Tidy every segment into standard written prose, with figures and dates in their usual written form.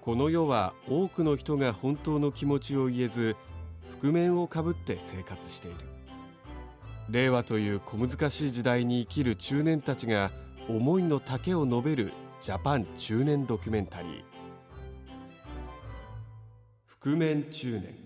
この世は多くの人が本当の気持ちを言えず、覆面をかぶって生活している。令和という小難しい時代に生きる中年たちが思いの丈を述べるジャパン中年ドキュメンタリー、覆面中年。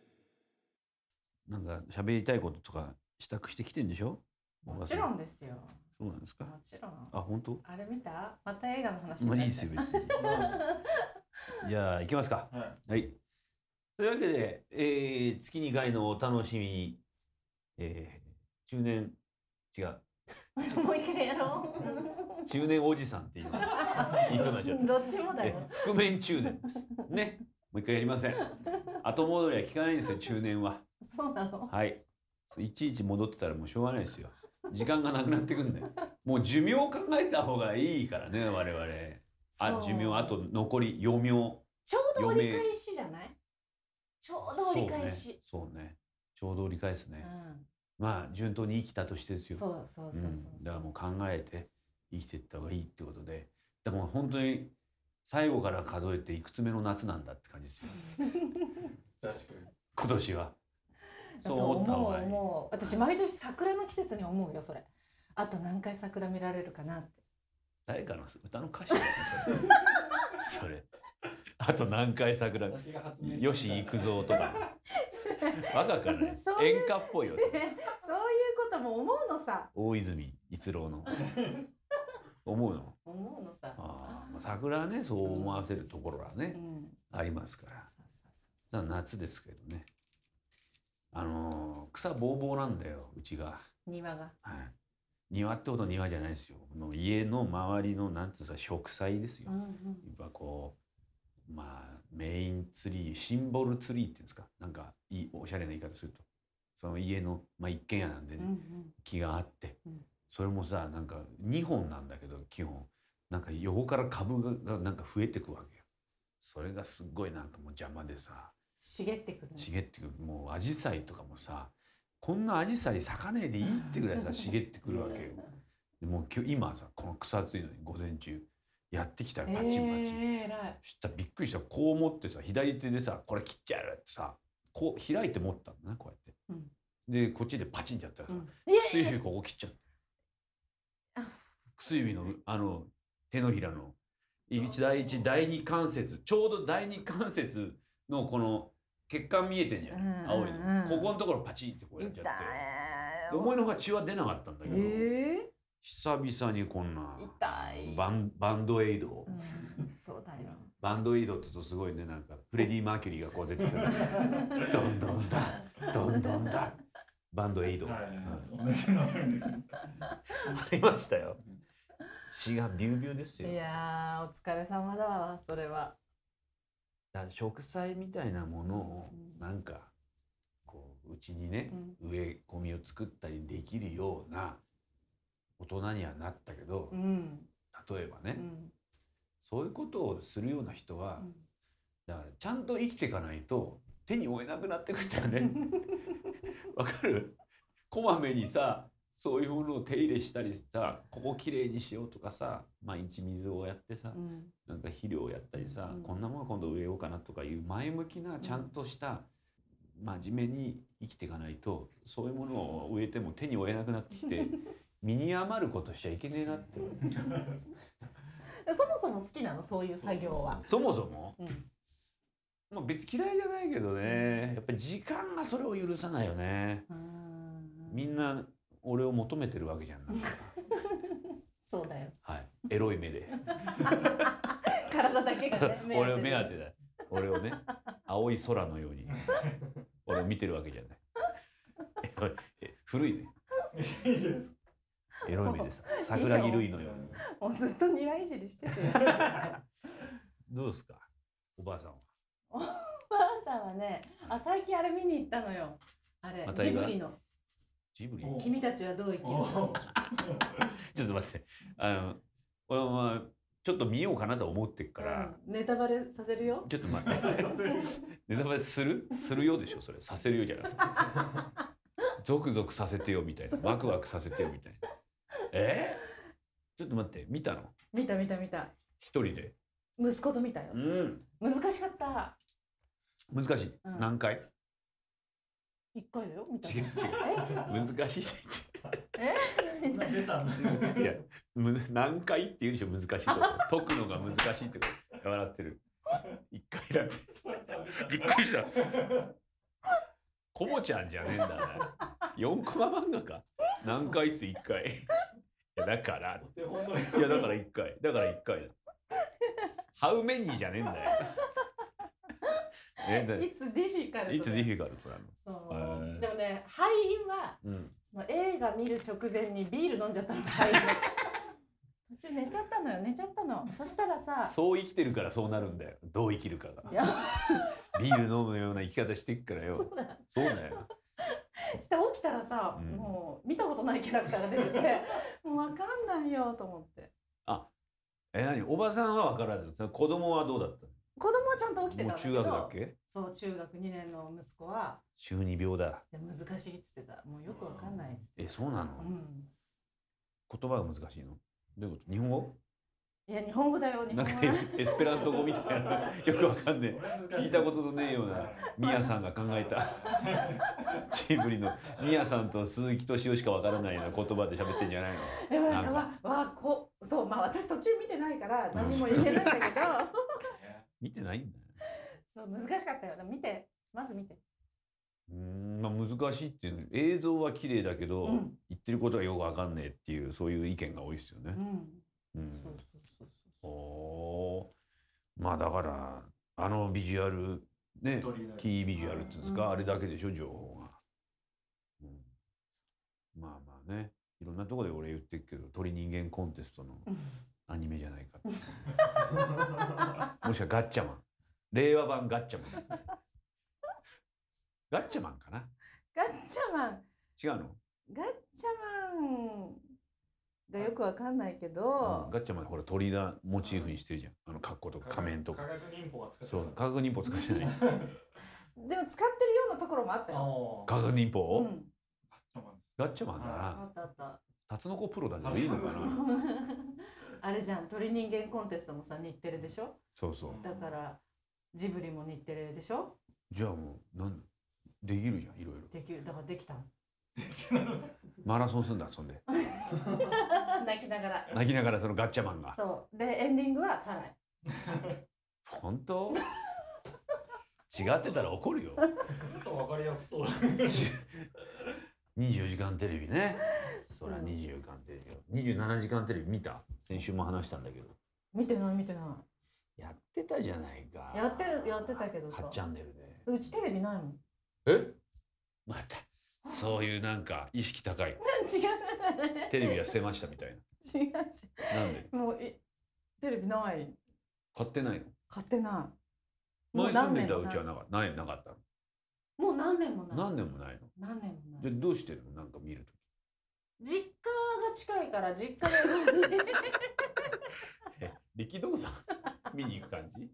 なんか喋りたいこととか支度してきてんでしょ？ もちろんですよ。 そうなんですか？ もちろん。 あ、本当？ あれ見た？また映画の話。 まあいいですよ別に。じゃあ行きますか。はい。というわけで、月2回のお楽しみに、中年違う。 もう一回やろう。中年おじさんって言いそうになっちゃった。 どっちもだよ。 覆面中年です。ね。もう一回やりません。後戻りは聞かないんですよ、中年は。 そうなの？ はい。いちいち戻ってたらもうしょうがないですよ。時間がなくなってくんだよ。もう寿命を考えた方がいいからね、我々。寿命、あと残り余命。 ちょうど折り返しじゃない？ちょうど折り返し。 そうね。ちょうど折り返すね。まあ順当に生きたとしてですよ。 そう。 だからもう考えて生きていった方がいいってことで。でも本当に最後から数えていくつ目の夏なんだって感じですよ。 確かに。 今年は。そう思った方がいい。 もう私毎年桜の季節に思うよそれ。あと何回桜見られるかなって。 誰かの歌の歌詞だよねそれ。あと何回桜。吉幾三とか。バカかね。演歌っぽいよ。 そういうことも思うのさ。 大泉逸郎の。思うの。 思うのさ。 桜はね、そう思わせるところはね、ありますから。夏ですけどね。草ぼうぼうなんだよ、うちが。 庭が。 はい。庭ってほど庭じゃないですよ。家の周りのなんつうか植栽ですよ。やっぱこうまあメインツリー、シンボルツリーっていうんですか。なんかいいおしゃれな言い方すると、その家の一軒家なんでね、木があって、それもさなんか2本なんだけど基本なんか横から株がなんか増えてくわけよ。それがすっごいなんかもう邪魔でさ。 茂ってくる。 茂ってくる。もうアジサイとかもさ、こんなアジサイ咲かねえでいいってぐらいさ茂ってくるわけよ。でもう今さこの草厚いのに午前中やってきたらパチンパチン。そしたらびっくりした。こう持ってさ左手でさこれ切っちゃうってさこう開いて持ったんだなこうやって。でこっちでパチンってやったらさ、薬指ここ切っちゃった。薬指の手のひらの第一第二関節、ちょうど第二関節のこの血管見えてんじゃん、青いの。ここのところパチンってこうやっちゃって、思いのほか血は出なかったんだけど、久々にこんなバンドエイドを、 そうだよ。 バンドエイドって言うとすごいね、なんかフレディ・マーキュリーがこう出てきたらどんどんだどんどんだバンドエイドありましたよ。血がビュービューですよ。 いやーお疲れ様だわそれは。 植栽みたいなものをなんかこううちにね、植え込みを作ったりできるような大人にはなったけど、例えばね、そういうことをするような人は、だからちゃんと生きていかないと手に負えなくなってくってよね。わかる？こまめにさそういうものを手入れしたりさ、ここきれいにしようとかさ、毎日水をやってさ、なんか肥料をやったりさ、こんなもの今度植えようかなとかいう前向きなちゃんとした真面目に生きていかないと、そういうものを植えても手に負えなくなってきて身に余ることしちゃいけねえなって。 そもそも好きなのそういう作業は？ そもそも、まあ別に嫌いじゃないけどね、やっぱり時間がそれを許さないよね。みんな俺を求めてるわけじゃん。なんかそうだよ。 はい、エロい目で。 体だけがね。 俺を目当てだ。俺をね、青い空のように俺を見てるわけじゃない。古いね。エロい目でさ、桜木類のように。 もうずっと庭いじりしてて。 どうですか、おばあさんは。 おばあさんはね、最近あれ見に行ったのよ。あれ、ジブリの。 ジブリ？ 君たちはどう生きるか。 ちょっと待って、俺はちょっと見ようかなと思ってっから、 ネタバレさせるよ。 ちょっと待って。ネタバレするようでしょそれ。させるようじゃなくて、ゾクゾクさせてよみたいな、ワクワクさせてよみたいな。ちょっと待って、見たの？ 見た。 一人で？ 息子と見たよ。難しかった。 難しい。何回 ？1回だよ。見た。 違う。難しい。 出たんだ。 いや、何回って言うでしょ、難しいこと。解くのが難しいってこと。笑ってる。1回だって。びっくりした。コボちゃんじゃねえんだな。4コマ漫画か。何回って1回。いや、だから。いや、だから1回。だから1回だ。ハウメニーじゃねえんだよ。 いつディフィカルト。 いつディフィカルトなの。 そう。でもね、敗因は、その映画見る直前にビール飲んじゃったのが敗因。途中寝ちゃったのよ。そしたらさ、 そう生きてるからそうなるんだよ。どう生きるかが。ビール飲むような生き方していくからよ。そうだよ。 して起きたらさ、もう見たことないキャラクターが出てて、もう分かんないよと思って。 何おばさんは分からず、子供はどうだったの？ 子供はちゃんと起きてたんだけど。 中学だっけ？ そう、中学2年の息子は中二病だ。 難しいっつってた。もうよく分かんない。 そうなの？言葉が難しいの？どういうこと？日本語？ いや、日本語だよ。 なんかエスペラント語みたいなよくわかんねえ、聞いたことのねえようなミヤさんが考えたジブリのミヤさんと鈴木敏夫しかわからないような言葉で喋ってんじゃないの？ でもなんかそう、私途中見てないから何も言えないんだけど見てないんだよ。 そう、難しかったよ。まず見て。 難しいっていう映像は綺麗だけど、言ってることがよくわかんねえっていうそういう意見が多いですよね。まあだからあのビジュアルね、キービジュアルっていうんですか、あれだけでしょ情報が。まあね、いろんなところで俺言ってるけど鳥人間コンテストのアニメじゃないかってもしくはガッチャマン、令和版ガッチャマンガッチャマンかな。 ガッチャマン違うの？ ガッチャマンがよくわかんないけど、 ガッチャマンほら鳥がモチーフにしてるじゃん、あの格好とか仮面とか。 科学忍法は使ってない。 そう、科学忍法使ってないでも使ってるようなところもあったよ。 科学忍法？ガッチャマンだな。 あったタツノコプロだけどいいのかなあれじゃん、鳥人間コンテストもさ、日テレでしょ。 そうそう。 だからジブリも日テレでしょ。 じゃあもうできるじゃん、いろいろ。 できる。だからできた。 マラソンすんだ、そんで。 泣きながら。 泣きながらそのガッチャマンが。 そう。でエンディングはサライ。 本当？違ってたら怒るよ。 わかりやすそう。 24時間テレビね。そりゃ24時間テレビよ。27時間テレビ見た？先週も話したんだけど。 見てない。 やってたじゃないか。 やってたけどさ。 8チャンネルで。 うちテレビないもん。 またそういうなんか意識高い。 違う。 テレビは捨てましたみたいな。 違う。 なんで？ もうテレビない。 買ってないの？ 買ってない。 前住んでたうちはなかったの？ もう何年もない。 何年もないの？ 何年もない。 でどうしてるの？なんか見るとき。 実家が近いから実家で力道山見に行く感じ？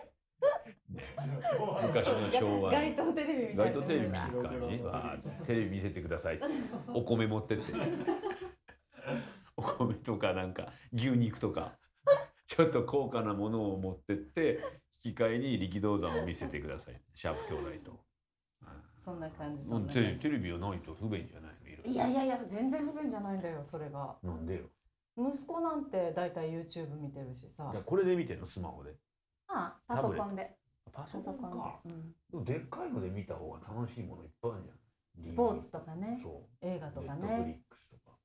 昔の昭和街頭テレビみたいな。 街頭テレビ見に行く感じ？テレビ見せてください。お米持ってって。お米とかなんか牛肉とかちょっと高価なものを持ってって引き換えに力道山を見せてください。シャープ兄弟と。 そんな感じ。 テレビがないと不便じゃないの？ いや全然不便じゃないんだよそれが。 なんでよ。 息子なんてだいたい YouTube 見てるしさ。 いやこれで見てんの？スマホで？ パソコンで。 パソコンか。でもでっかいので見た方が楽しいものいっぱいあるじゃん。 スポーツとかね。映画とかね。 ネットフリックスとか。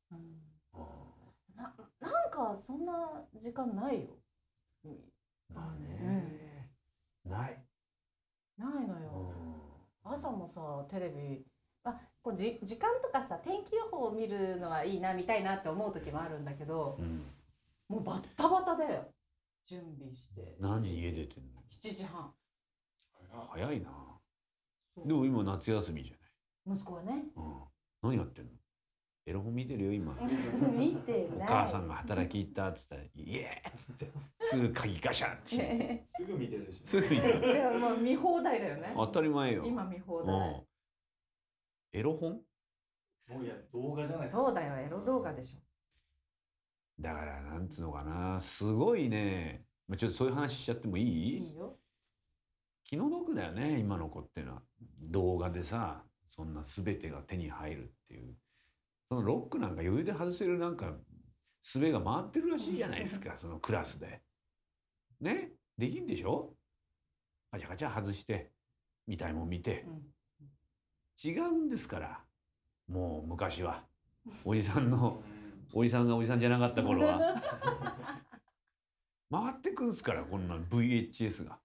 なんかそんな時間ないよ。 まあね。ないのよ。朝もさテレビこう時間とかさ天気予報を見るのはいいな見たいなって思う時もあるんだけど、もうバッタバタだよ。準備して。 何時に家出てんの ？7時半。 早いな。でも今夏休みじゃない。 息子はね。 何やってんの？エロ本見てるよ今。 見てない。 お母さんが働き行ったっつったらイエーっつってすぐ鍵ガシャンってすぐ見てるし。 すぐ見てる。 いやもう見放題だよね。 当たり前よ。 今見放題。 エロ本？ もういや動画じゃない。 そうだよ、エロ動画でしょ。 だからなんつうのかな、すごいねちょっとそういう話しちゃってもいい？ いいよ。 気の毒だよね今の子っていうのは。動画でさそんな全てが手に入るっていう、そのロックなんか余裕で外せるなんか術が回ってるらしいじゃないですかそのクラスでね。できんでしょ。ガチャガチャ外して見たいもん見て、違うんですから。もう昔はおじさんがおじさんじゃなかった頃は回ってくんすからこんな VHS が。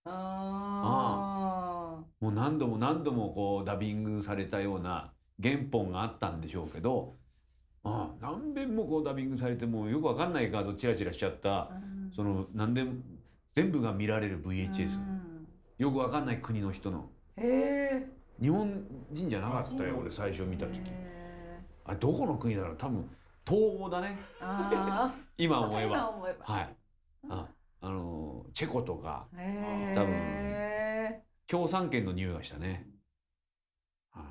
もう何度も何度もこうダビングされたような原本があったんでしょうけど、何遍もこうダビングされてもよくわかんない画像チラチラしちゃった、その何でも全部が見られる VHS、よくわかんない国の人の。日本人じゃなかったよ俺最初見た時。あれどこの国だろう。多分東欧だね今思えば。はい。チェコとか多分共産圏の匂いがしたね。はい。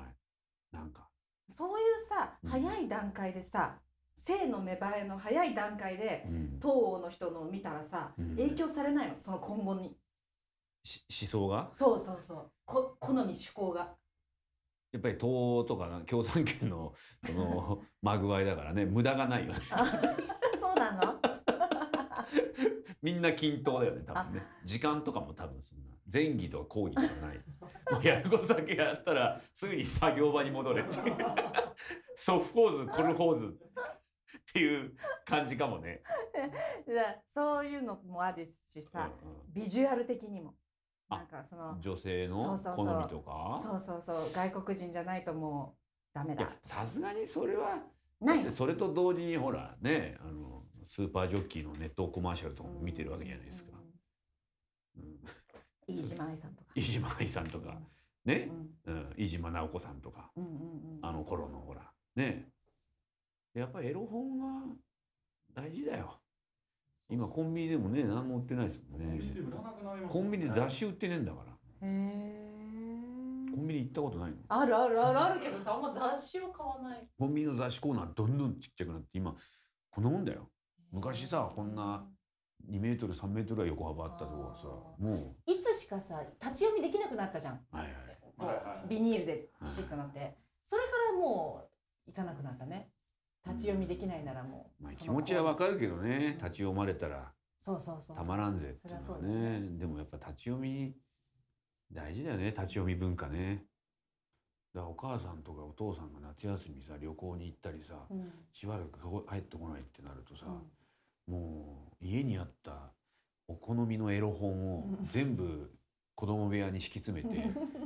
なんかそういうさ、早い段階でさ、性の芽生えの早い段階で、東欧の人のを見たらさ、影響されないのその今後に。思想が？そう。 好み思考が。 やっぱり東欧とか共産圏のそのまぐわいだからね、無駄がないよねそうなのみんな均等だよね多分ね。時間とかも多分そんな前儀とか後儀とかないもうやることだけやったらすぐに作業場に戻れってソフポーズコルホーズっていう感じかもねじゃあそういうのもあるしさ、ビジュアル的にもなんかその女性の好みとか、 そう外国人じゃないともうダメだ。 さすがにそれはない。 だってそれと同時にほらね、スーパージョッキーのネットコマーシャルとかも見てるわけじゃないですか。 飯島愛さんとか。 飯島愛さんとかね、飯島直子さんとか、あの頃のほらね、やっぱりエロ本が大事だよ。今コンビニでもね何も売ってないですもんね。コンビニで雑誌売ってねえんだから。コンビニ行ったことないの？ あるけどさ、あんま雑誌を買わない。 コンビニの雑誌コーナーどんどんちっちゃくなって今こんなもんだよ。昔さこんな2メートル3メートルは横幅あったところさ、もういつしかさ立ち読みできなくなったじゃん。ビニールでシッとなって、それからもう行かなくなったね。立ち読みできないならもう、 気持ちはわかるけどね、立ち読まれたらそうたまらんぜっていうのはね。でもやっぱ立ち読み大事だよね、立ち読み文化ね。だからお母さんとかお父さんが夏休みさ旅行に行ったりさ、しばらく帰ってこないってなるとさ、もう家にあったお好みのエロ本を全部子供部屋に敷き詰めて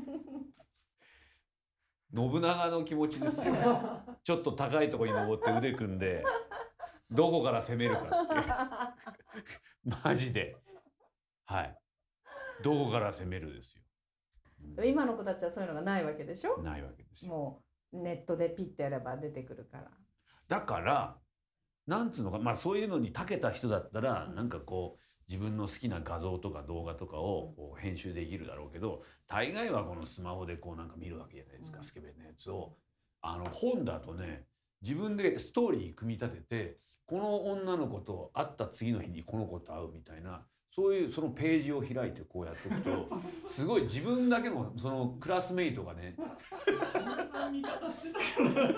信長の気持ちですよちょっと高いところに登って腕組んでどこから攻めるかっていうマジで、はい、どこから攻めるですよ。 今の子たちはそういうのがないわけでしょ。 ないわけですよ。 もうネットでピッてやれば出てくるから。 だからなんつうのか、まあそういうのに長けた人だったら、なんかこう自分の好きな画像とか動画とかをこう編集できるだろうけど、大概はこのスマホでこうなんか見るわけじゃないですか、スケベなやつを。本だとね、自分でストーリー組み立てて、この女の子と会った次の日にこの子と会うみたいな、そういうそのページを開いてこうやっていくとすごい自分だけのそのクラスメイトがねそんな見方してたから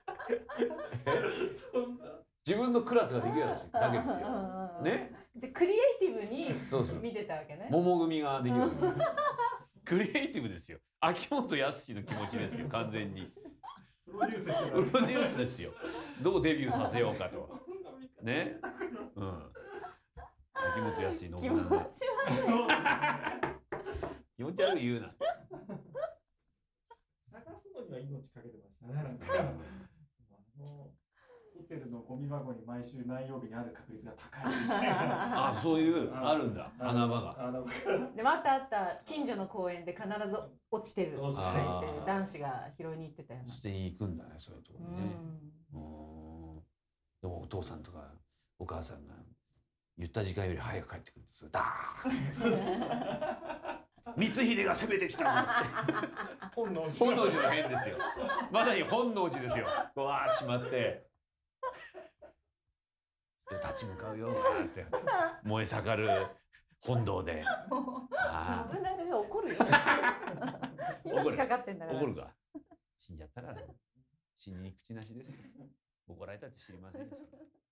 そんな自分のクラスができるだけですよ。ね。 じゃクリエイティブに見てたわけね。 桃組ができる。クリエイティブですよ。秋元康の気持ちですよ、完全に。 プロデュースしてる。プロデュースですよ。どうデビューさせようかと。ね。うん。秋元康の気持ち悪い。 気持ち悪い言うな。 探すのには命かけてましたね。なんかホテルのゴミ箱に毎週何曜日にある確率が高いみたいな。 あ、そういうあるんだ。穴場が。 でもあった近所の公園で必ず落ちてるって男子が拾いに行ってたよね。 捨てに行くんだね、そういうところにね。でもお父さんとかお母さんが言った時間より早く帰ってくるんですよ。ダーッ光秀が攻めてきたぞって本能寺の変ですよ。まさに本能寺ですよ。わーしまってって立ち向かうよって燃え盛る本堂で。 信長が怒るよ。命かかってんだから。 怒るか。死んじゃったから死にに口なしですよ。怒られたって知りませんでした。